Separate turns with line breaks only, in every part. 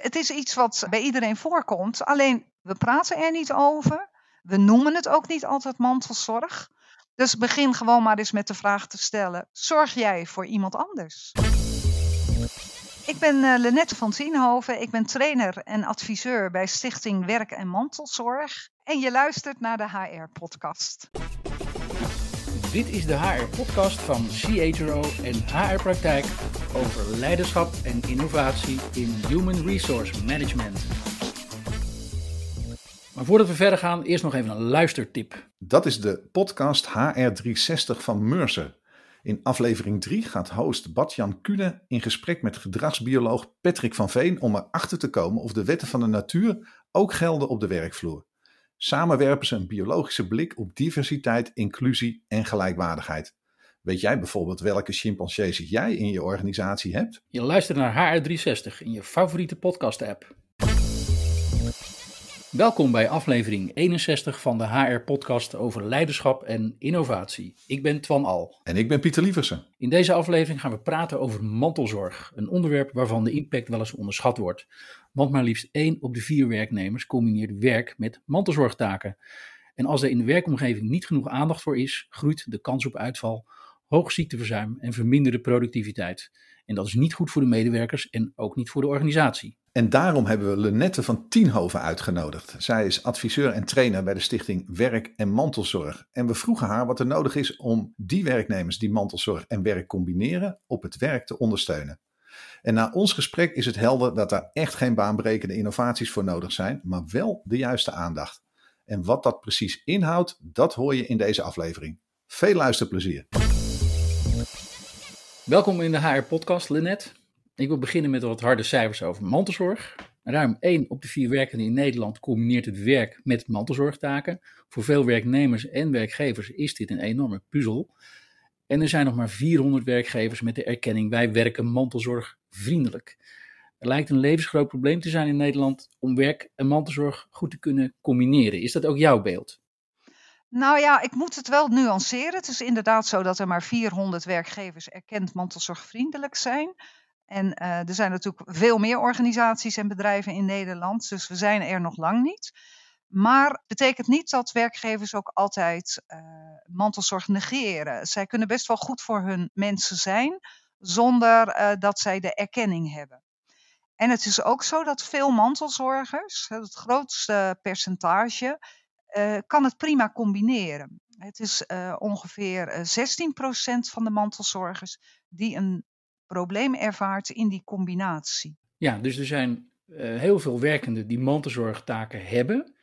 Het is iets wat bij iedereen voorkomt, alleen we praten er niet over. We noemen het ook niet altijd mantelzorg. Dus begin gewoon maar eens met de vraag te stellen: zorg jij voor iemand anders? Ik ben Lenette van Tienhoven. Ik ben trainer en adviseur bij Stichting Werk en Mantelzorg. En je luistert naar de HR-podcast.
Dit is de HR-podcast van CHRO en HR Praktijk over leiderschap en innovatie in Human Resource Management. Maar voordat we verder gaan, eerst nog even een luistertip.
Dat is de podcast HR360 van Mercer. In aflevering 3 gaat host Bart-Jan Kuhne in gesprek met gedragsbioloog Patrick van Veen om erachter te komen of de wetten van de natuur ook gelden op de werkvloer. Samen werpen ze een biologische blik op diversiteit, inclusie en gelijkwaardigheid. Weet jij bijvoorbeeld welke chimpansees jij in je organisatie hebt?
Je luistert naar HR360 in je favoriete podcast-app. Welkom bij aflevering 61 van de HR-podcast over leiderschap en innovatie. Ik ben Twan Al.
En ik ben Pieter Lieversen.
In deze aflevering gaan we praten over mantelzorg. Een onderwerp waarvan de impact wel eens onderschat wordt. Want maar liefst 1 op de 4 werknemers combineert werk met mantelzorgtaken. En als er in de werkomgeving niet genoeg aandacht voor is, groeit de kans op uitval, hoog ziekteverzuim en verminderde productiviteit. En dat is niet goed voor de medewerkers en ook niet voor de organisatie.
En daarom hebben we Lenette van Tienhoven uitgenodigd. Zij is adviseur en trainer bij de Stichting Werk en Mantelzorg. En we vroegen haar wat er nodig is om die werknemers die mantelzorg en werk combineren op het werk te ondersteunen. En na ons gesprek is het helder dat daar echt geen baanbrekende innovaties voor nodig zijn, maar wel de juiste aandacht. En wat dat precies inhoudt, dat hoor je in deze aflevering. Veel luisterplezier.
Welkom in de HR-podcast, Lenette. Ik wil beginnen met wat harde cijfers over mantelzorg. Ruim 1 op de 4 werkenden in Nederland combineert het werk met mantelzorgtaken. Voor veel werknemers en werkgevers is dit een enorme puzzel. En er zijn nog maar 400 werkgevers met de erkenning: wij werken mantelzorgvriendelijk. Er lijkt een levensgroot probleem te zijn in Nederland om werk en mantelzorg goed te kunnen combineren. Is dat ook jouw beeld?
Nou ja, ik moet het wel nuanceren. Het is inderdaad zo dat er maar 400 werkgevers erkend mantelzorgvriendelijk zijn. En er zijn natuurlijk veel meer organisaties en bedrijven in Nederland, dus we zijn er nog lang niet. Maar het betekent niet dat werkgevers ook altijd mantelzorg negeren. Zij kunnen best wel goed voor hun mensen zijn, zonder dat zij de erkenning hebben. En het is ook zo dat veel mantelzorgers, het grootste percentage, kan het prima combineren. Het is ongeveer 16% van de mantelzorgers die een probleem ervaart in die combinatie.
Ja, dus er zijn heel veel werkenden die mantelzorgtaken hebben.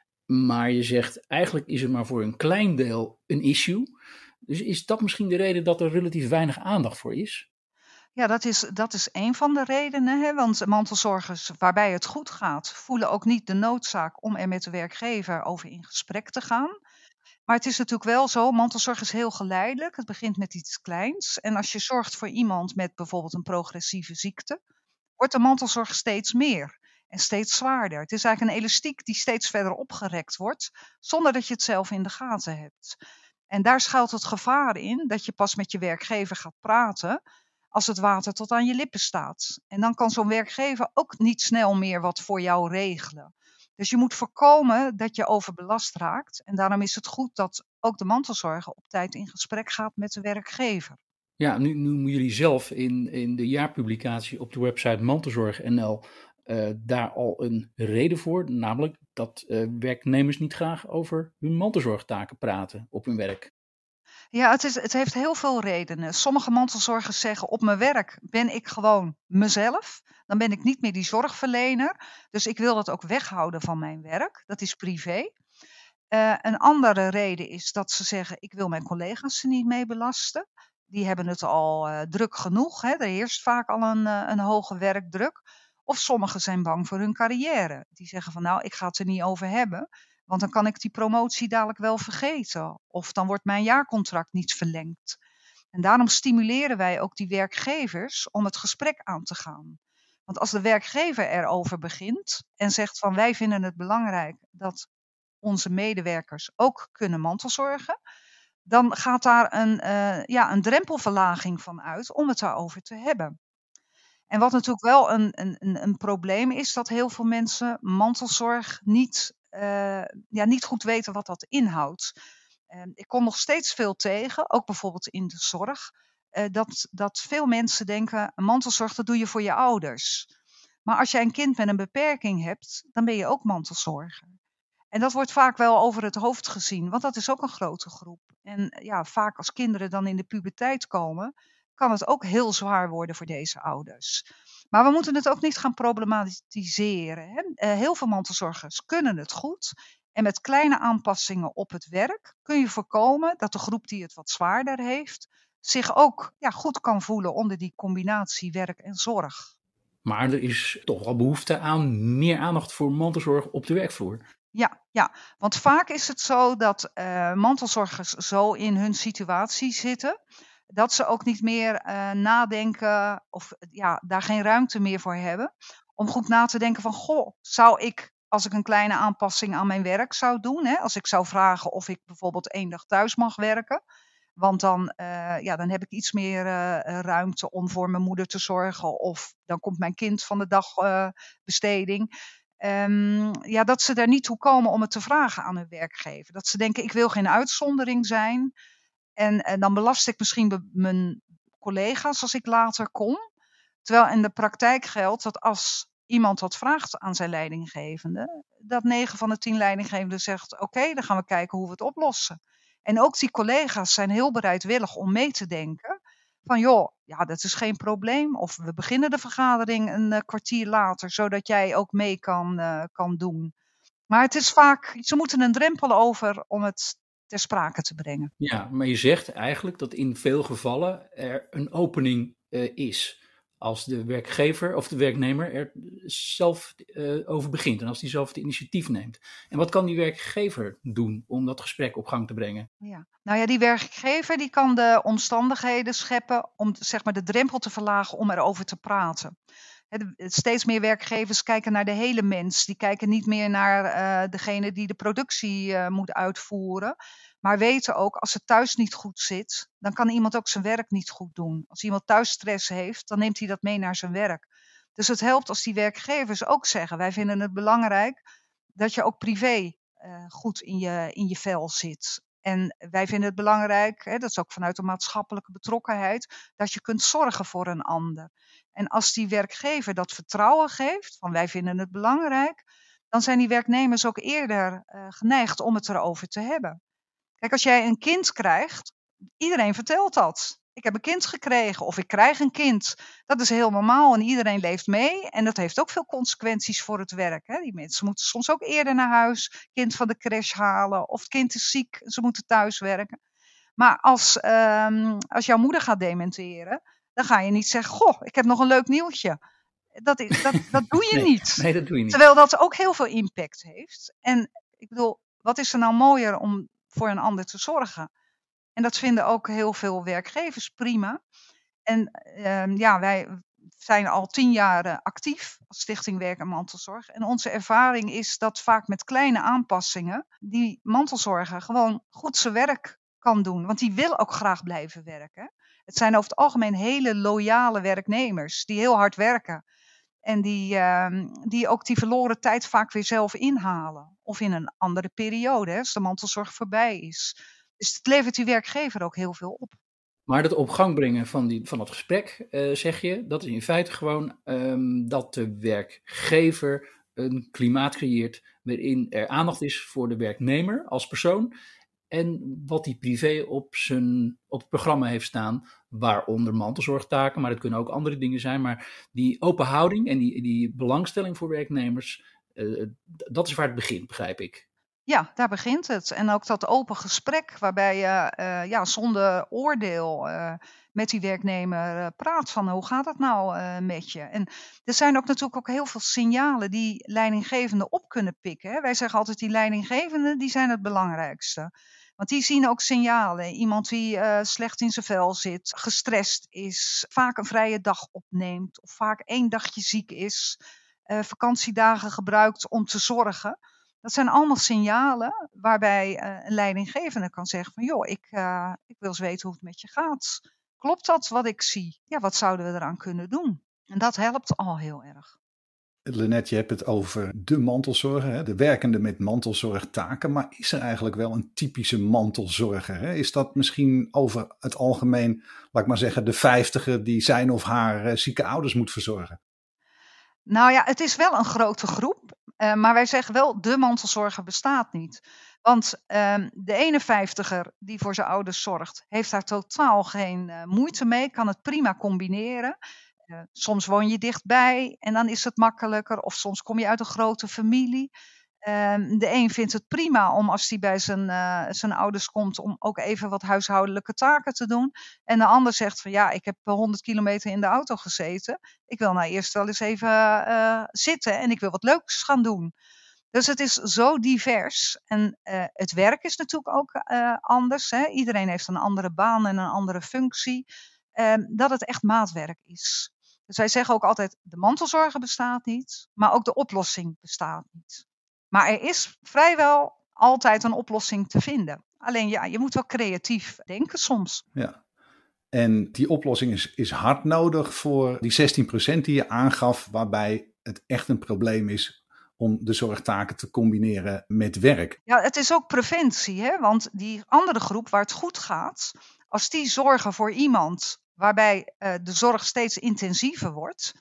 Maar je zegt, eigenlijk is het maar voor een klein deel een issue. Dus is dat misschien de reden dat er relatief weinig aandacht voor is?
Ja, dat is een van de redenen. Hè? Want mantelzorgers waarbij het goed gaat, voelen ook niet de noodzaak om er met de werkgever over in gesprek te gaan. Maar het is natuurlijk wel zo, mantelzorg is heel geleidelijk. Het begint met iets kleins. En als je zorgt voor iemand met bijvoorbeeld een progressieve ziekte, wordt de mantelzorg steeds meer en steeds zwaarder. Het is eigenlijk een elastiek die steeds verder opgerekt wordt, zonder dat je het zelf in de gaten hebt. En daar schuilt het gevaar in dat je pas met je werkgever gaat praten als het water tot aan je lippen staat. En dan kan zo'n werkgever ook niet snel meer wat voor jou regelen. Dus je moet voorkomen dat je overbelast raakt. En daarom is het goed dat ook de mantelzorger op tijd in gesprek gaat met de werkgever.
Ja, nu noemen jullie zelf in de jaarpublicatie op de website Mantelzorg.nl daar al een reden voor. Namelijk dat werknemers niet graag over hun mantelzorgtaken praten op hun werk.
Ja, het heeft heel veel redenen. Sommige mantelzorgers zeggen: op mijn werk ben ik gewoon mezelf. Dan ben ik niet meer die zorgverlener. Dus ik wil dat ook weghouden van mijn werk. Dat is privé. Een andere reden is dat ze zeggen: ik wil mijn collega's er niet mee belasten. Die hebben het al druk genoeg. Hè. Er heerst vaak al een hoge werkdruk. Of sommigen zijn bang voor hun carrière. Die zeggen van: nou, ik ga het er niet over hebben. Want dan kan ik die promotie dadelijk wel vergeten. Of dan wordt mijn jaarcontract niet verlengd. En daarom stimuleren wij ook die werkgevers om het gesprek aan te gaan. Want als de werkgever erover begint en zegt van: wij vinden het belangrijk dat onze medewerkers ook kunnen mantelzorgen, dan gaat daar een drempelverlaging van uit om het daarover te hebben. En wat natuurlijk wel een probleem is, dat heel veel mensen mantelzorg niet goed weten wat dat inhoudt. Ik kom nog steeds veel tegen, ook bijvoorbeeld in de zorg, dat veel mensen denken, mantelzorg dat doe je voor je ouders. Maar als jij een kind met een beperking hebt, dan ben je ook mantelzorger. En dat wordt vaak wel over het hoofd gezien, want dat is ook een grote groep. En ja, vaak als kinderen dan in de puberteit komen, kan het ook heel zwaar worden voor deze ouders. Maar we moeten het ook niet gaan problematiseren. Hè? Heel veel mantelzorgers kunnen het goed. En met kleine aanpassingen op het werk kun je voorkomen dat de groep die het wat zwaarder heeft, zich ook goed kan voelen onder die combinatie werk en zorg.
Maar er is toch wel behoefte aan meer aandacht voor mantelzorg op de werkvloer.
Ja, want vaak is het zo dat mantelzorgers zo in hun situatie zitten, dat ze ook niet meer nadenken of daar geen ruimte meer voor hebben om goed na te denken van, goh, zou ik, als ik een kleine aanpassing aan mijn werk zou doen, hè, als ik zou vragen of ik bijvoorbeeld 1 dag thuis mag werken, want dan heb ik iets meer ruimte om voor mijn moeder te zorgen, of dan komt mijn kind van de dagbesteding. Dat ze daar niet toe komen om het te vragen aan hun werkgever. Dat ze denken, ik wil geen uitzondering zijn. En dan belast ik misschien mijn collega's als ik later kom. Terwijl in de praktijk geldt dat als iemand dat vraagt aan zijn leidinggevende, dat 9 van de 10 leidinggevenden zegt, oké, dan gaan we kijken hoe we het oplossen. En ook die collega's zijn heel bereidwillig om mee te denken. Van joh, ja, dat is geen probleem. Of we beginnen de vergadering een kwartier later, zodat jij ook mee kan doen. Maar het is vaak, ze moeten een drempel over om het ter sprake te brengen.
Ja, maar je zegt eigenlijk dat in veel gevallen er een opening is. Als de werkgever of de werknemer er zelf over begint en als die zelf het initiatief neemt. En wat kan die werkgever doen om dat gesprek op gang te brengen?
Ja. Nou ja, die werkgever die kan de omstandigheden scheppen om zeg maar de drempel te verlagen om erover te praten. Steeds meer werkgevers kijken naar de hele mens. Die kijken niet meer naar degene die de productie moet uitvoeren. Maar weten ook, als het thuis niet goed zit, dan kan iemand ook zijn werk niet goed doen. Als iemand thuis stress heeft, dan neemt hij dat mee naar zijn werk. Dus het helpt als die werkgevers ook zeggen, wij vinden het belangrijk dat je ook privé goed in je vel zit. En wij vinden het belangrijk, dat is ook vanuit de maatschappelijke betrokkenheid, dat je kunt zorgen voor een ander. En als die werkgever dat vertrouwen geeft, van wij vinden het belangrijk, dan zijn die werknemers ook eerder geneigd om het erover te hebben. Kijk, als jij een kind krijgt, iedereen vertelt dat. Ik heb een kind gekregen of ik krijg een kind. Dat is heel normaal en iedereen leeft mee. En dat heeft ook veel consequenties voor het werk. Hè. Die mensen moeten soms ook eerder naar huis, kind van de crash halen. Of het kind is ziek, ze moeten thuis werken. Maar als jouw moeder gaat dementeren, dan ga je niet zeggen, goh, ik heb nog een leuk nieuwtje. Dat doe je niet.
Nee, dat doe je niet.
Terwijl dat ook heel veel impact heeft. En ik bedoel, wat is er nou mooier om voor een ander te zorgen? En dat vinden ook heel veel werkgevers prima. En wij zijn al 10 jaar actief als Stichting Werk en Mantelzorg. En onze ervaring is dat vaak met kleine aanpassingen die mantelzorger gewoon goed zijn werk kan doen. Want die wil ook graag blijven werken. Het zijn over het algemeen hele loyale werknemers die heel hard werken. En die ook die verloren tijd vaak weer zelf inhalen. Of in een andere periode, als de mantelzorg voorbij is. Dus het levert die werkgever ook heel veel op.
Maar dat op gang brengen van dat gesprek, zeg je, dat is in feite gewoon dat de werkgever een klimaat creëert waarin er aandacht is voor de werknemer als persoon en wat die privé op het programma heeft staan, waaronder mantelzorgtaken, maar het kunnen ook andere dingen zijn. Maar die open houding en die belangstelling voor werknemers, dat is waar het begint, begrijp ik.
Ja, daar begint het. En ook dat open gesprek waarbij je zonder oordeel met die werknemer praat van hoe gaat het nou met je? En er zijn ook natuurlijk ook heel veel signalen die leidinggevenden op kunnen pikken. Hè. Wij zeggen altijd die leidinggevenden die zijn het belangrijkste. Want die zien ook signalen. Iemand die slecht in zijn vel zit, gestrest is, vaak een vrije dag opneemt of vaak 1 dagje ziek is, vakantiedagen gebruikt om te zorgen. Dat zijn allemaal signalen waarbij een leidinggevende kan zeggen van joh, ik wil eens weten hoe het met je gaat. Klopt dat wat ik zie? Ja, wat zouden we eraan kunnen doen? En dat helpt al heel erg.
Lynette, je hebt het over de mantelzorger, hè? De werkende met mantelzorgtaken. Maar is er eigenlijk wel een typische mantelzorger? Hè? Is dat misschien over het algemeen, laat ik maar zeggen, de 50er die zijn of haar zieke ouders moet verzorgen?
Nou ja, het is wel een grote groep. Maar wij zeggen wel, de mantelzorger bestaat niet. Want de 51er die voor zijn ouders zorgt, heeft daar totaal geen moeite mee. Kan het prima combineren. Soms woon je dichtbij en dan is het makkelijker. Of soms kom je uit een grote familie. De een vindt het prima om als hij bij zijn ouders komt, om ook even wat huishoudelijke taken te doen. En de ander zegt van ja, ik heb 100 kilometer in de auto gezeten. Ik wil nou eerst wel eens even zitten en ik wil wat leuks gaan doen. Dus het is zo divers. En het werk is natuurlijk ook anders. Hè? Iedereen heeft een andere baan en een andere functie. Dat het echt maatwerk is. Dus wij zeggen ook altijd, de mantelzorger bestaat niet, maar ook de oplossing bestaat niet. Maar er is vrijwel altijd een oplossing te vinden. Alleen ja, je moet wel creatief denken soms.
Ja. En die oplossing is hard nodig voor die 16% die je aangaf, waarbij het echt een probleem is om de zorgtaken te combineren met werk.
Ja, het is ook preventie, hè? Want die andere groep waar het goed gaat, als die zorgen voor iemand waarbij de zorg steeds intensiever wordt,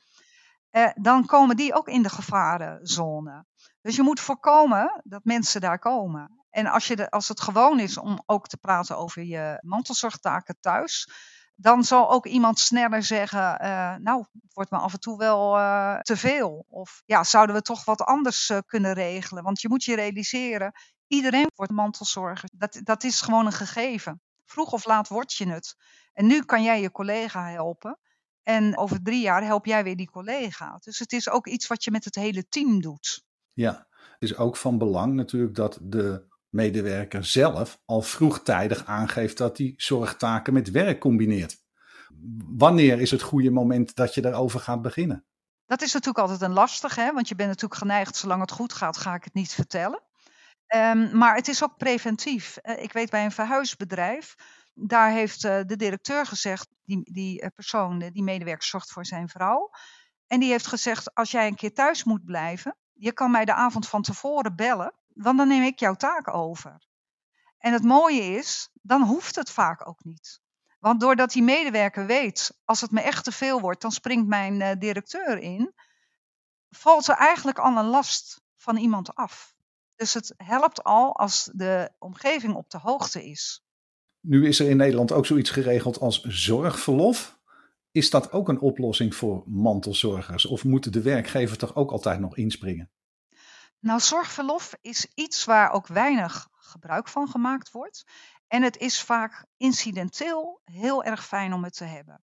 dan komen die ook in de gevarenzone. Dus je moet voorkomen dat mensen daar komen. En als het gewoon is om ook te praten over je mantelzorgtaken thuis, dan zal ook iemand sneller zeggen, nou, het wordt me af en toe wel te veel. Of ja, zouden we toch wat anders kunnen regelen? Want je moet je realiseren, iedereen wordt mantelzorger. Dat is gewoon een gegeven. Vroeg of laat word je het. En nu kan jij je collega helpen. En over 3 jaar help jij weer die collega. Dus het is ook iets wat je met het hele team doet.
Ja, het is ook van belang natuurlijk dat de medewerker zelf al vroegtijdig aangeeft dat hij zorgtaken met werk combineert. Wanneer is het goede moment dat je daarover gaat beginnen?
Dat is natuurlijk altijd een lastige, hè? Want je bent natuurlijk geneigd, zolang het goed gaat, ga ik het niet vertellen. Maar het is ook preventief. Ik weet bij een verhuisbedrijf, daar heeft de directeur gezegd, die persoon, die medewerker zorgt voor zijn vrouw. En die heeft gezegd, als jij een keer thuis moet blijven, je kan mij de avond van tevoren bellen, want dan neem ik jouw taak over. En het mooie is, dan hoeft het vaak ook niet. Want doordat die medewerker weet, als het me echt te veel wordt, dan springt mijn directeur in, valt er eigenlijk al een last van iemand af. Dus het helpt al als de omgeving op de hoogte is.
Nu is er in Nederland ook zoiets geregeld als zorgverlof. Is dat ook een oplossing voor mantelzorgers? Of moet de werkgever toch ook altijd nog inspringen?
Nou, zorgverlof is iets waar ook weinig gebruik van gemaakt wordt. En het is vaak incidenteel heel erg fijn om het te hebben.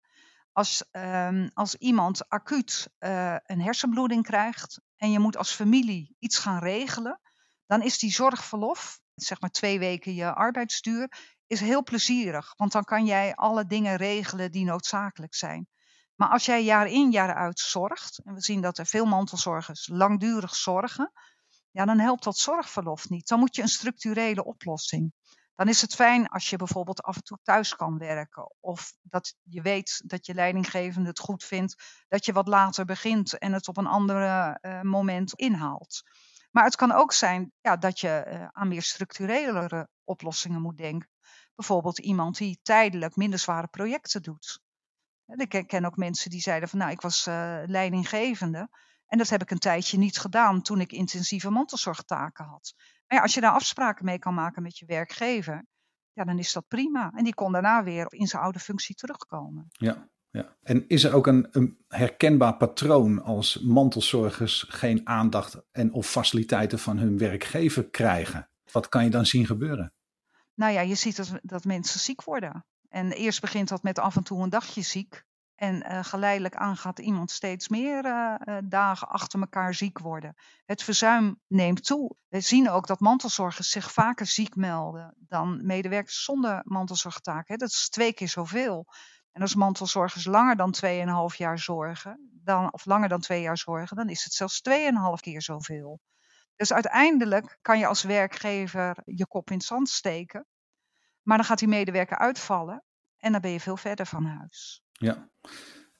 Als iemand acuut een hersenbloeding krijgt en je moet als familie iets gaan regelen, dan is die zorgverlof, zeg maar 2 weken je arbeidsduur, is heel plezierig. Want dan kan jij alle dingen regelen die noodzakelijk zijn. Maar als jij jaar in jaar uit zorgt, en we zien dat er veel mantelzorgers langdurig zorgen, ja, dan helpt dat zorgverlof niet. Dan moet je een structurele oplossing. Dan is het fijn als je bijvoorbeeld af en toe thuis kan werken. Of dat je weet dat je leidinggevende het goed vindt dat je wat later begint en het op een ander moment inhaalt. Maar het kan ook zijn dat je aan meer structurelere oplossingen moet denken. Bijvoorbeeld iemand die tijdelijk minder zware projecten doet. Ik ken ook mensen die zeiden van nou, ik was leidinggevende. En dat heb ik een tijdje niet gedaan toen ik intensieve mantelzorgtaken had. Maar ja, als je daar afspraken mee kan maken met je werkgever, ja, dan is dat prima. En die kon daarna weer in zijn oude functie terugkomen.
Ja, ja. En is er ook een herkenbaar patroon als mantelzorgers geen aandacht en of faciliteiten van hun werkgever krijgen? Wat kan je dan zien gebeuren?
Nou ja, je ziet dat mensen ziek worden. En eerst begint dat met af en toe een dagje ziek. En geleidelijk aan gaat iemand steeds meer dagen achter elkaar ziek worden. Het verzuim neemt toe. We zien ook dat mantelzorgers zich vaker ziek melden dan medewerkers zonder mantelzorgtaken. Dat is 2 keer zoveel. En als mantelzorgers langer dan 2,5 jaar zorgen, of langer dan 2 jaar zorgen, dan is het zelfs 2,5 keer zoveel. Dus uiteindelijk kan je als werkgever je kop in het zand steken. Maar dan gaat die medewerker uitvallen en dan ben je veel verder van huis.
Ja.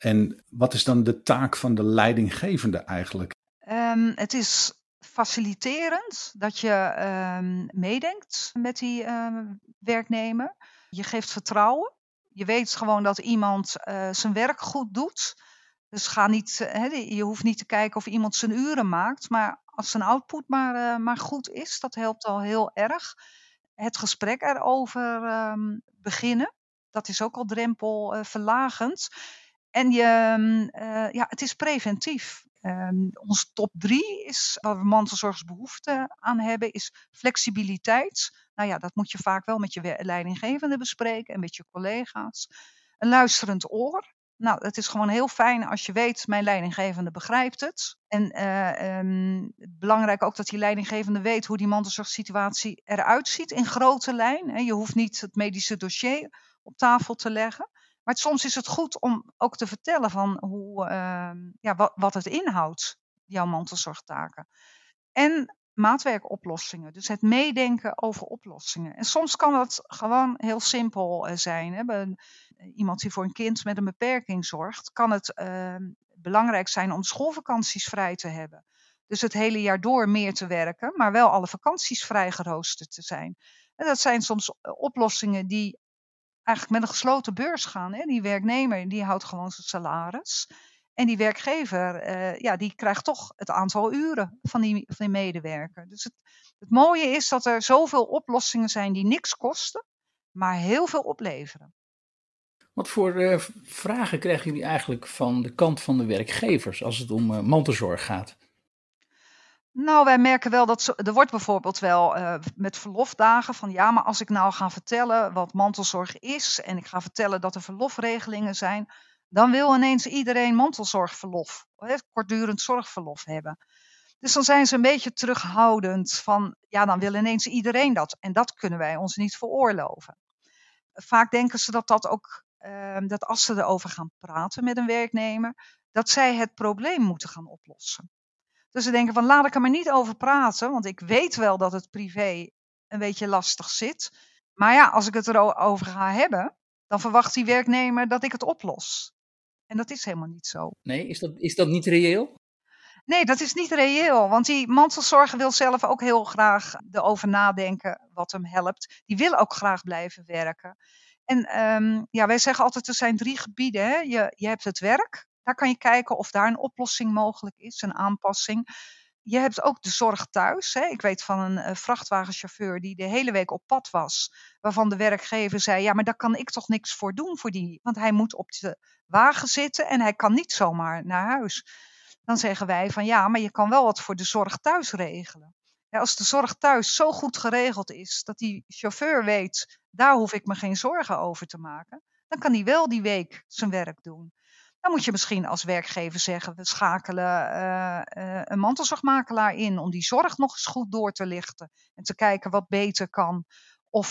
En wat is dan de taak van de leidinggevende eigenlijk?
Het is faciliterend dat je meedenkt met die werknemer. Je geeft vertrouwen. Je weet gewoon dat iemand zijn werk goed doet. Dus ga niet, je hoeft niet te kijken of iemand zijn uren maakt. Maar als zijn output maar goed is, dat helpt al heel erg. Het gesprek erover beginnen. Dat is ook al drempelverlagend. En het is preventief. Onze top 3 is, waar we mantelzorgers behoefte aan hebben, is flexibiliteit. Nou ja, dat moet je vaak wel met je leidinggevende bespreken en met je collega's. Een luisterend oor. Nou, het is gewoon heel fijn als je weet, mijn leidinggevende begrijpt het. En belangrijk ook dat die leidinggevende weet hoe die mantelzorgsituatie eruit ziet in grote lijn. Je hoeft niet het medische dossier op tafel te leggen. Maar soms is het goed om ook te vertellen van wat het inhoudt, jouw mantelzorgtaken. En maatwerkoplossingen, dus het meedenken over oplossingen. En soms kan dat gewoon heel simpel zijn. Iemand die voor een kind met een beperking zorgt, kan het belangrijk zijn om schoolvakanties vrij te hebben. Dus het hele jaar door meer te werken, maar wel alle vakanties vrij geroosterd te zijn. En dat zijn soms oplossingen die eigenlijk met een gesloten beurs gaan. Die werknemer die houdt gewoon zijn salaris. En die werkgever die krijgt toch het aantal uren van die medewerker. Dus het mooie is dat er zoveel oplossingen zijn die niks kosten, maar heel veel opleveren.
Wat voor vragen krijgen jullie eigenlijk van de kant van de werkgevers als het om mantelzorg gaat?
Nou, wij merken wel dat er wordt bijvoorbeeld wel met verlofdagen van ja, maar als ik nou ga vertellen wat mantelzorg is en ik ga vertellen dat er verlofregelingen zijn, dan wil ineens iedereen mantelzorgverlof, kortdurend zorgverlof hebben. Dus dan zijn ze een beetje terughoudend van ja, dan wil ineens iedereen dat en dat kunnen wij ons niet veroorloven. Vaak denken ze dat ook, dat als ze erover gaan praten met een werknemer, dat zij het probleem moeten gaan oplossen. Dus ze denken van laat ik er maar niet over praten, want ik weet wel dat het privé een beetje lastig zit. Maar ja, als ik het erover ga hebben, dan verwacht die werknemer dat ik het oplos. En dat is helemaal niet zo.
Nee, is dat niet reëel?
Nee, dat is niet reëel, want die mantelzorger wil zelf ook heel graag erover nadenken wat hem helpt. Die wil ook graag blijven werken. En wij zeggen altijd, er zijn 3 gebieden. Hè? Je hebt het werk, daar kan je kijken of daar een oplossing mogelijk is, een aanpassing. Je hebt ook de zorg thuis. Hè? Ik weet van een vrachtwagenchauffeur die de hele week op pad was, waarvan de werkgever zei, ja, maar daar kan ik toch niks voor doen voor die, want hij moet op de wagen zitten en hij kan niet zomaar naar huis. Dan zeggen wij van ja, maar je kan wel wat voor de zorg thuis regelen. Ja, als de zorg thuis zo goed geregeld is dat die chauffeur weet, daar hoef ik me geen zorgen over te maken, dan kan hij wel die week zijn werk doen. Dan moet je misschien als werkgever zeggen, we schakelen een mantelzorgmakelaar in om die zorg nog eens goed door te lichten en te kijken wat beter kan. Of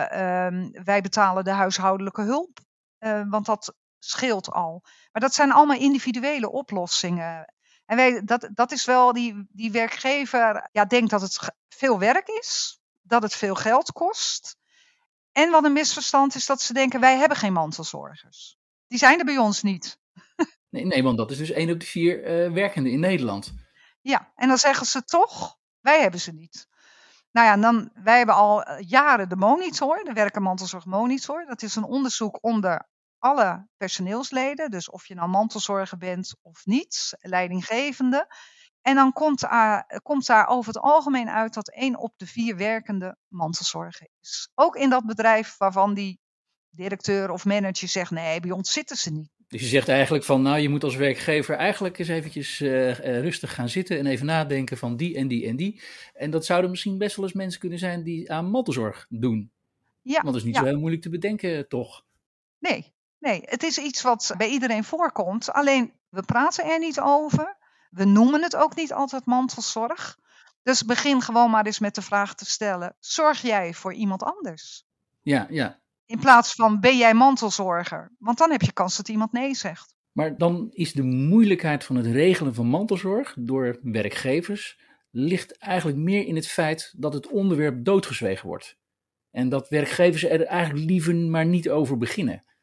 wij betalen de huishoudelijke hulp, want dat scheelt al. Maar dat zijn allemaal individuele oplossingen. En dat is wel die werkgever denkt dat het veel werk is, dat het veel geld kost. En wat een misverstand is dat ze denken, wij hebben geen mantelzorgers. Die zijn er bij ons niet.
Nee, want dat is dus 1 op de 4 werkenden in Nederland.
Ja, en dan zeggen ze toch, wij hebben ze niet. Nou ja, wij hebben al jaren de monitor, de werkenmantelzorgmonitor. Dat is een onderzoek onder alle personeelsleden. Dus of je nou mantelzorger bent of niet, leidinggevende. En dan komt daar over het algemeen uit dat 1 op de 4 werkende mantelzorger is. Ook in dat bedrijf waarvan die directeur of manager zegt, nee, bij ons zitten ze niet.
Dus je zegt eigenlijk van, nou, je moet als werkgever eigenlijk eens eventjes rustig gaan zitten en even nadenken van die en die en die. En dat zouden misschien best wel eens mensen kunnen zijn die aan mantelzorg doen. Ja, want dat is niet zo heel moeilijk te bedenken, toch?
Nee, het is iets wat bij iedereen voorkomt. Alleen, we praten er niet over. We noemen het ook niet altijd mantelzorg. Dus begin gewoon maar eens met de vraag te stellen, zorg jij voor iemand anders?
Ja.
In plaats van, ben jij mantelzorger? Want dan heb je kans dat iemand nee zegt.
Maar dan is de moeilijkheid van het regelen van mantelzorg door werkgevers ligt eigenlijk meer in het feit dat het onderwerp doodgezwegen wordt. En dat werkgevers er eigenlijk liever maar niet over beginnen.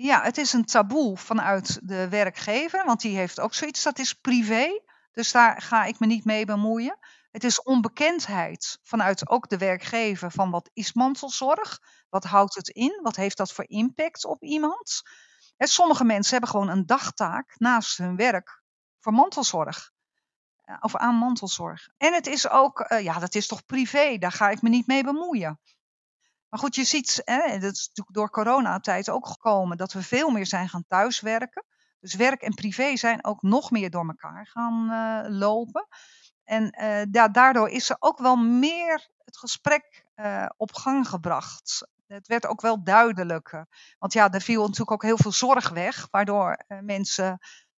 Ja, het is een taboe vanuit de werkgever, want die heeft ook zoiets, dat is privé. Dus daar ga ik me niet mee bemoeien. Het is onbekendheid vanuit ook de werkgever van wat is mantelzorg? Wat houdt het in? Wat heeft dat voor impact op iemand? En sommige mensen hebben gewoon een dagtaak naast hun werk voor mantelzorg. Of aan mantelzorg. En het is ook, dat is toch privé, daar ga ik me niet mee bemoeien. Maar goed, je ziet, dat is natuurlijk door coronatijd ook gekomen, dat we veel meer zijn gaan thuiswerken. Dus werk en privé zijn ook nog meer door elkaar gaan lopen. En daardoor is er ook wel meer het gesprek op gang gebracht. Het werd ook wel duidelijker. Want ja, er viel natuurlijk ook heel veel zorg weg, waardoor mensen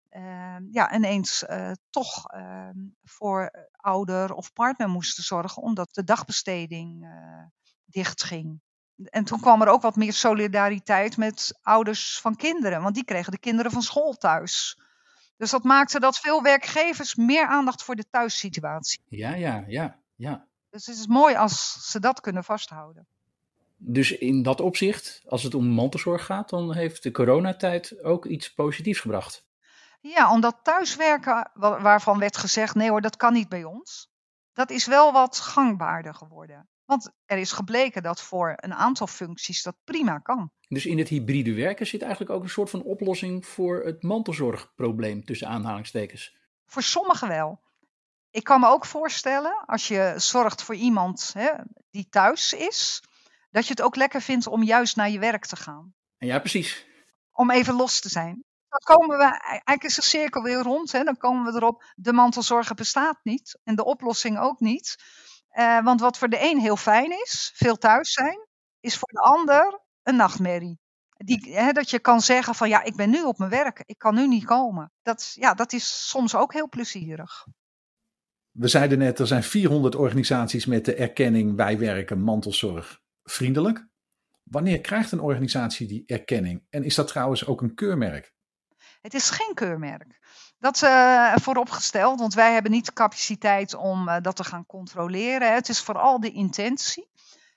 ineens toch voor ouder of partner moesten zorgen, omdat de dagbesteding dichtging. En toen kwam er ook wat meer solidariteit met ouders van kinderen, want die kregen de kinderen van school thuis. Dus dat maakte dat veel werkgevers meer aandacht voor de thuissituatie.
Ja.
Dus het is mooi als ze dat kunnen vasthouden.
Dus in dat opzicht, als het om mantelzorg gaat, dan heeft de coronatijd ook iets positiefs gebracht.
Ja, omdat thuiswerken, waarvan werd gezegd, nee hoor, dat kan niet bij ons. Dat is wel wat gangbaarder geworden. Want er is gebleken dat voor een aantal functies dat prima kan.
Dus in het hybride werken zit eigenlijk ook een soort van oplossing voor het mantelzorgprobleem tussen aanhalingstekens.
Voor sommigen wel. Ik kan me ook voorstellen, als je zorgt voor iemand die thuis is, dat je het ook lekker vindt om juist naar je werk te gaan.
Ja, precies.
Om even los te zijn. Dan komen we, eigenlijk is de cirkel weer rond. Dan komen we erop, de mantelzorger bestaat niet. En de oplossing ook niet. Want wat voor de een heel fijn is, veel thuis zijn, is voor de ander een nachtmerrie. Dat je kan zeggen van ja, ik ben nu op mijn werk, ik kan nu niet komen. Dat is soms ook heel plezierig.
We zeiden net, er zijn 400 organisaties met de erkenning wij werken mantelzorg vriendelijk. Wanneer krijgt een organisatie die erkenning? En is dat trouwens ook een keurmerk?
Het is geen keurmerk. Dat vooropgesteld, want wij hebben niet de capaciteit om dat te gaan controleren. Het is vooral de intentie.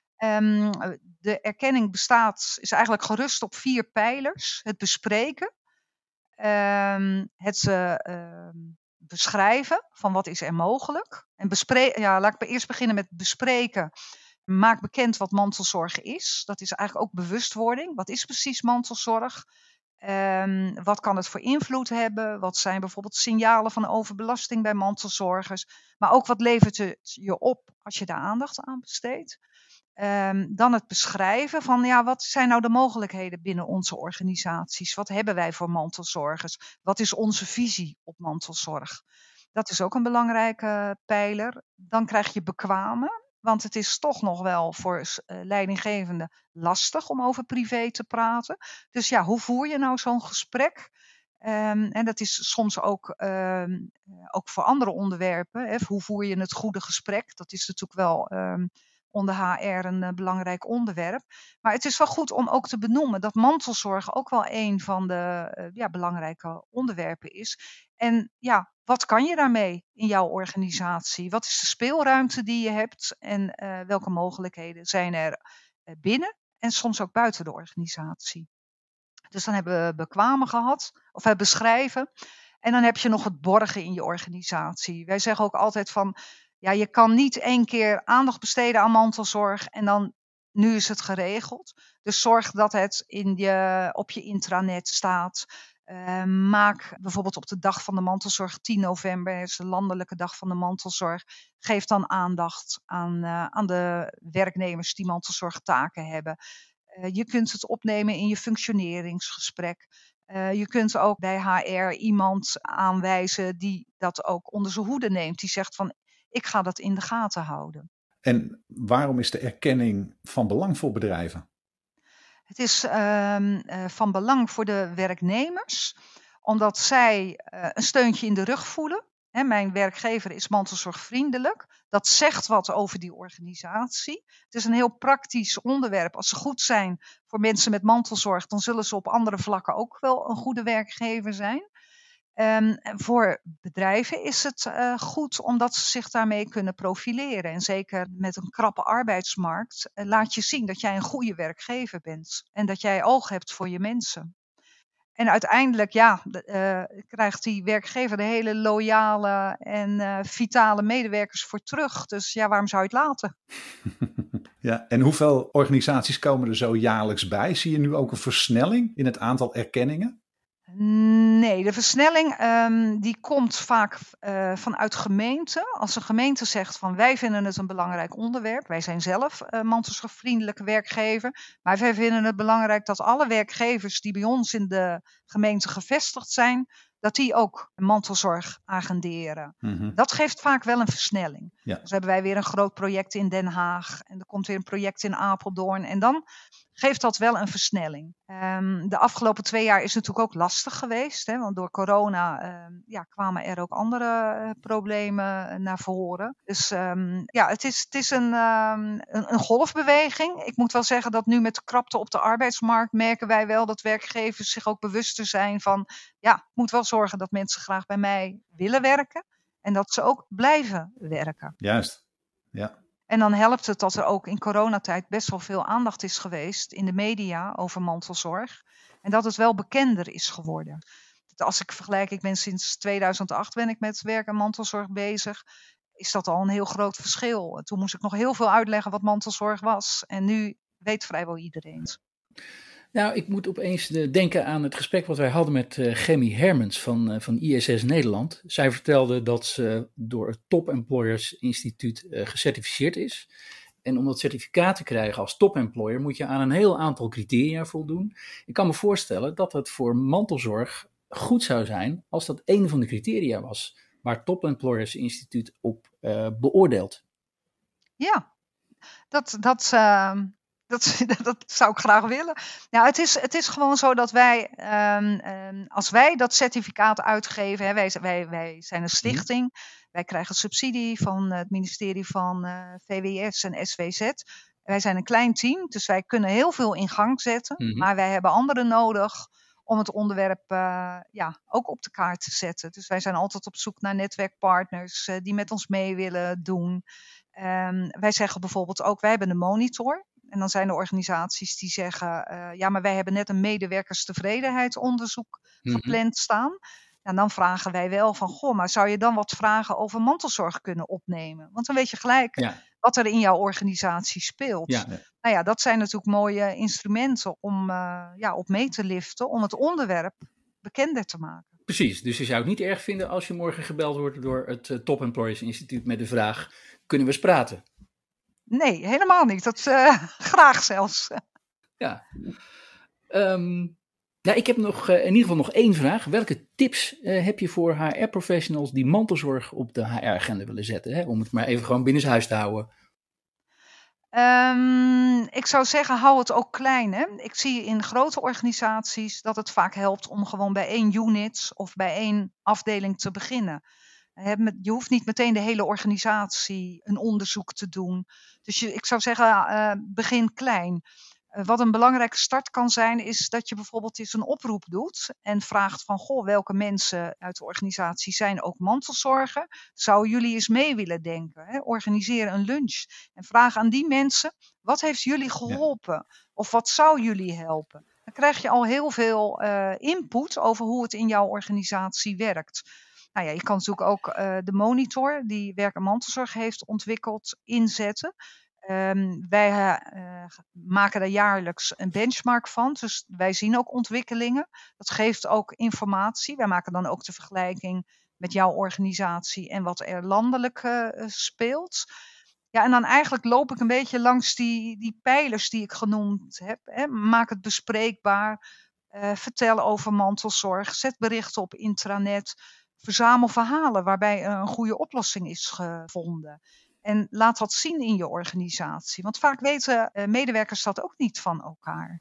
De erkenning is eigenlijk gerust op 4 pijlers. Het bespreken, het beschrijven van wat is er mogelijk. En laat ik eerst beginnen met bespreken. Maak bekend wat mantelzorg is. Dat is eigenlijk ook bewustwording. Wat is precies mantelzorg? Wat kan het voor invloed hebben? Wat zijn bijvoorbeeld signalen van overbelasting bij mantelzorgers? Maar ook wat levert het je op als je daar aandacht aan besteedt? Dan het beschrijven van wat zijn nou de mogelijkheden binnen onze organisaties? Wat hebben wij voor mantelzorgers? Wat is onze visie op mantelzorg? Dat is ook een belangrijke pijler. Dan krijg je bekwamen. Want het is toch nog wel voor leidinggevenden lastig om over privé te praten. Dus hoe voer je nou zo'n gesprek? En dat is soms ook voor andere onderwerpen. Hoe voer je het goede gesprek? Dat is natuurlijk wel onder HR een belangrijk onderwerp. Maar het is wel goed om ook te benoemen dat mantelzorg ook wel een van de belangrijke onderwerpen is. En wat kan je daarmee in jouw organisatie? Wat is de speelruimte die je hebt? En welke mogelijkheden zijn er binnen en soms ook buiten de organisatie? Dus dan hebben we bekwamen gehad, of we beschrijven. En dan heb je nog het borgen in je organisatie. Wij zeggen ook altijd van, je kan niet 1 keer aandacht besteden aan mantelzorg en dan nu is het geregeld. Dus zorg dat het op je intranet staat. Maak bijvoorbeeld op de dag van de mantelzorg, 10 november, is de landelijke dag van de mantelzorg. Geef dan aandacht aan de werknemers die mantelzorgtaken hebben. Je kunt het opnemen in je functioneringsgesprek. Je kunt ook bij HR iemand aanwijzen die dat ook onder zijn hoede neemt. Die zegt van, ik ga dat in de gaten houden.
En waarom is de erkenning van belang voor bedrijven?
Het is van belang voor de werknemers, omdat zij een steuntje in de rug voelen. Mijn werkgever is mantelzorgvriendelijk. Dat zegt wat over die organisatie. Het is een heel praktisch onderwerp. Als ze goed zijn voor mensen met mantelzorg, dan zullen ze op andere vlakken ook wel een goede werkgever zijn. Voor bedrijven is het goed omdat ze zich daarmee kunnen profileren. En zeker met een krappe arbeidsmarkt laat je zien dat jij een goede werkgever bent. En dat jij oog hebt voor je mensen. En uiteindelijk, krijgt die werkgever de hele loyale en vitale medewerkers voor terug. Dus ja, waarom zou je het laten?
Ja, en hoeveel organisaties komen er zo jaarlijks bij? Zie je nu ook een versnelling in het aantal erkenningen?
Nee, de versnelling die komt vaak vanuit gemeenten. Als een gemeente zegt van wij vinden het een belangrijk onderwerp. Wij zijn zelf mantelzorgvriendelijke werkgever. Maar wij vinden het belangrijk dat alle werkgevers die bij ons in de gemeente gevestigd zijn, dat die ook mantelzorg agenderen.
Mhm.
Dat geeft vaak wel een versnelling.
Ja.
Dus hebben wij weer een groot project in Den Haag. En er komt weer een project in Apeldoorn. En dan geeft dat wel een versnelling. De afgelopen 2 jaar is natuurlijk ook lastig geweest. Hè, want door corona kwamen er ook andere problemen naar voren. Dus het is een golfbeweging. Ik moet wel zeggen dat nu met de krapte op de arbeidsmarkt merken wij wel dat werkgevers zich ook bewuster zijn van ik moet wel zorgen dat mensen graag bij mij willen werken. En dat ze ook blijven werken.
Juist, ja.
En dan helpt het dat er ook in coronatijd best wel veel aandacht is geweest in de media over mantelzorg. En dat het wel bekender is geworden. Als ik vergelijk, ik ben sinds 2008 met werk en mantelzorg bezig. Is dat al een heel groot verschil. Toen moest ik nog heel veel uitleggen wat mantelzorg was. En nu weet vrijwel iedereen het.
Nou, ik moet opeens denken aan het gesprek wat wij hadden met Gemmy Hermans van ISS Nederland. Zij vertelde dat ze door het Top Employers Instituut gecertificeerd is. En om dat certificaat te krijgen als Top Employer moet je aan een heel aantal criteria voldoen. Ik kan me voorstellen dat het voor mantelzorg goed zou zijn als dat een van de criteria was waar Top Employers Instituut op beoordeelt.
Ja, dat zou ik graag willen. Nou, het is gewoon zo dat wij, als wij dat certificaat uitgeven, hè, wij zijn een stichting, wij krijgen subsidie van het ministerie van VWS en SWZ. Wij zijn een klein team, dus wij kunnen heel veel in gang zetten, maar wij hebben anderen nodig om het onderwerp ook op de kaart te zetten. Dus wij zijn altijd op zoek naar netwerkpartners die met ons mee willen doen. Wij zeggen bijvoorbeeld ook, wij hebben een monitor. En dan zijn er organisaties die zeggen, maar wij hebben net een medewerkerstevredenheidsonderzoek gepland staan. En dan vragen wij wel van, maar zou je dan wat vragen over mantelzorg kunnen opnemen? Want dan weet je gelijk wat er in jouw organisatie speelt. Ja. Nou ja, dat zijn natuurlijk mooie instrumenten om op mee te liften, om het onderwerp bekender te maken.
Precies, dus je zou het niet erg vinden als je morgen gebeld wordt door het Top Employers Instituut met de vraag, kunnen we eens praten?
Nee, helemaal niet. Dat graag zelfs.
Ja. Ik heb nog in ieder geval nog 1 vraag. Welke tips heb je voor HR-professionals die mantelzorg op de HR-agenda willen zetten? Hè? Om het maar even gewoon binnenshuis te houden.
Ik zou zeggen, hou het ook klein. Hè? Ik zie in grote organisaties dat het vaak helpt om gewoon bij 1 unit of bij 1 afdeling te beginnen. Je hoeft niet meteen de hele organisatie een onderzoek te doen. Dus ik zou zeggen, begin klein. Wat een belangrijke start kan zijn, is dat je bijvoorbeeld eens een oproep doet en vraagt van, welke mensen uit de organisatie zijn ook mantelzorger? Zouden jullie eens mee willen denken? Hè? Organiseer een lunch en vraag aan die mensen, wat heeft jullie geholpen? Ja. Of wat zou jullie helpen? Dan krijg je al heel veel input over hoe het in jouw organisatie werkt. Nou ja, je kan natuurlijk ook de monitor die werk en mantelzorg heeft ontwikkeld inzetten. Wij maken daar jaarlijks een benchmark van. Dus wij zien ook ontwikkelingen. Dat geeft ook informatie. Wij maken dan ook de vergelijking met jouw organisatie en wat er landelijk speelt. Ja, en dan eigenlijk loop ik een beetje langs die pijlers die ik genoemd heb. Hè. Maak het bespreekbaar. Vertel over mantelzorg. Zet berichten op intranet. Verzamel verhalen waarbij een goede oplossing is gevonden. En laat dat zien in je organisatie. Want vaak weten medewerkers dat ook niet van elkaar.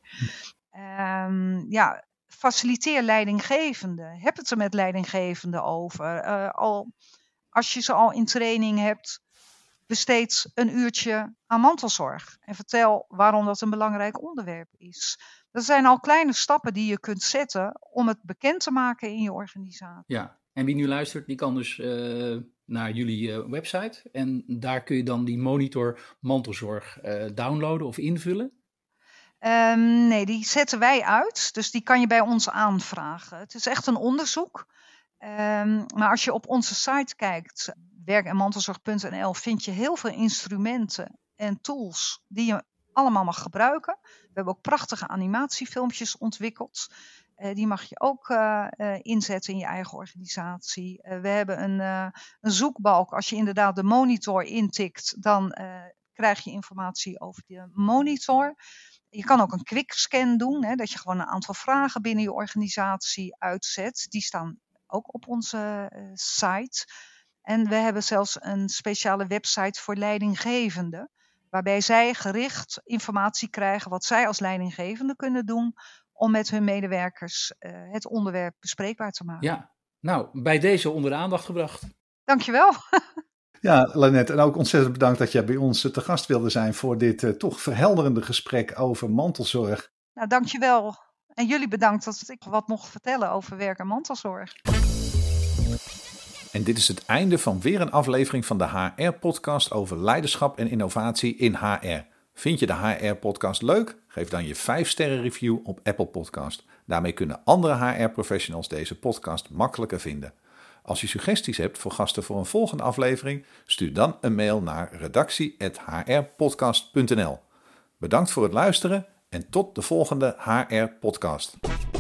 Faciliteer leidinggevenden. Heb het er met leidinggevenden over. Als je ze al in training hebt, besteed een uurtje aan mantelzorg. En vertel waarom dat een belangrijk onderwerp is. Dat zijn al kleine stappen die je kunt zetten om het bekend te maken in je organisatie.
Ja, en wie nu luistert, die kan dus naar jullie website. En daar kun je dan die monitor mantelzorg downloaden of invullen?
Nee, die zetten wij uit. Dus die kan je bij ons aanvragen. Het is echt een onderzoek. Maar als je op onze site kijkt, werk- en mantelzorg.nl, vind je heel veel instrumenten en tools die je allemaal mag gebruiken. We hebben ook prachtige animatiefilmpjes ontwikkeld. Die mag je ook inzetten in je eigen organisatie. We hebben een zoekbalk. Als je inderdaad de monitor intikt, dan krijg je informatie over de monitor. Je kan ook een quickscan doen, hè, dat je gewoon een aantal vragen binnen je organisatie uitzet. Die staan ook op onze site. En we hebben zelfs een speciale website voor leidinggevenden, waarbij zij gericht informatie krijgen wat zij als leidinggevende kunnen doen om met hun medewerkers het onderwerp bespreekbaar te maken.
Ja, nou, bij deze onder de aandacht gebracht.
Dankjewel.
Ja, Lanette, en ook ontzettend bedankt dat jij bij ons te gast wilde zijn voor dit toch verhelderende gesprek over mantelzorg.
Nou, dankjewel. En jullie bedankt dat ik wat mocht vertellen over werk- en mantelzorg.
En dit is het einde van weer een aflevering van de HR-podcast over leiderschap en innovatie in HR. Vind je de HR-podcast leuk? Geef dan je 5-sterren review op Apple Podcast. Daarmee kunnen andere HR-professionals deze podcast makkelijker vinden. Als je suggesties hebt voor gasten voor een volgende aflevering, stuur dan een mail naar redactie@hrpodcast.nl. Bedankt voor het luisteren en tot de volgende HR-podcast.